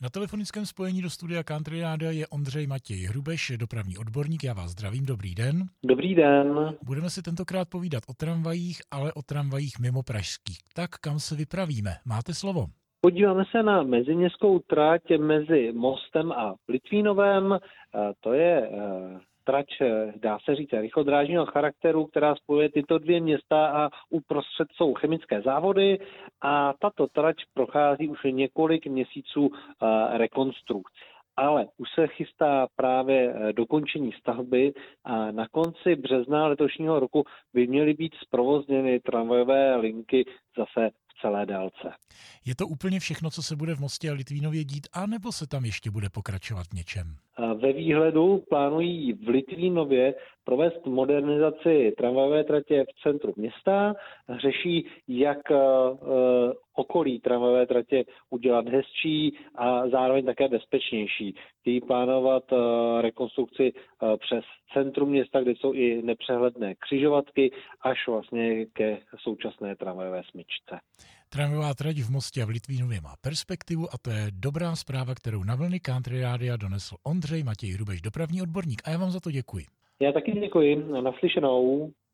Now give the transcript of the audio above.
Na telefonickém spojení do studia Country Rádia je Ondřej Matěj Hrubeš, dopravní odborník. Já vás zdravím, dobrý den. Dobrý den. Budeme si tentokrát povídat o tramvajích, ale o tramvajích mimo pražských. Tak kam se vypravíme? Máte slovo. Podíváme se na meziměstskou trať mezi Mostem a Litvínovem. To je trať, dá se říct, rychlodrážního charakteru, která spojuje tyto dvě města a uprostřed jsou chemické závody a tato trať prochází už několik měsíců rekonstrukcí. Ale už se chystá právě dokončení stavby a na konci března letošního roku by měly být zprovozněny tramvajové linky zase v celé délce. Je to úplně všechno, co se bude v Mostě a Litvínově dít, anebo se tam ještě bude pokračovat v něčem? Ve výhledu plánují v Litvínově provést modernizaci tramvajové tratě v centru města. Řeší, jak okolí tramvajové tratě udělat hezčí a zároveň také bezpečnější. Chtějí plánovat rekonstrukci přes centrum města, kde jsou i nepřehledné křižovatky, až vlastně ke současné tramvajové smyčce. Tramvajová trať v Mostě a v Litvínově má perspektivu a to je dobrá zpráva, kterou na vlny Country Rádia donesl Ondřej Matěj Hrubeš, dopravní odborník. A já vám za to děkuji. Já taky děkuji. Naslyšenou.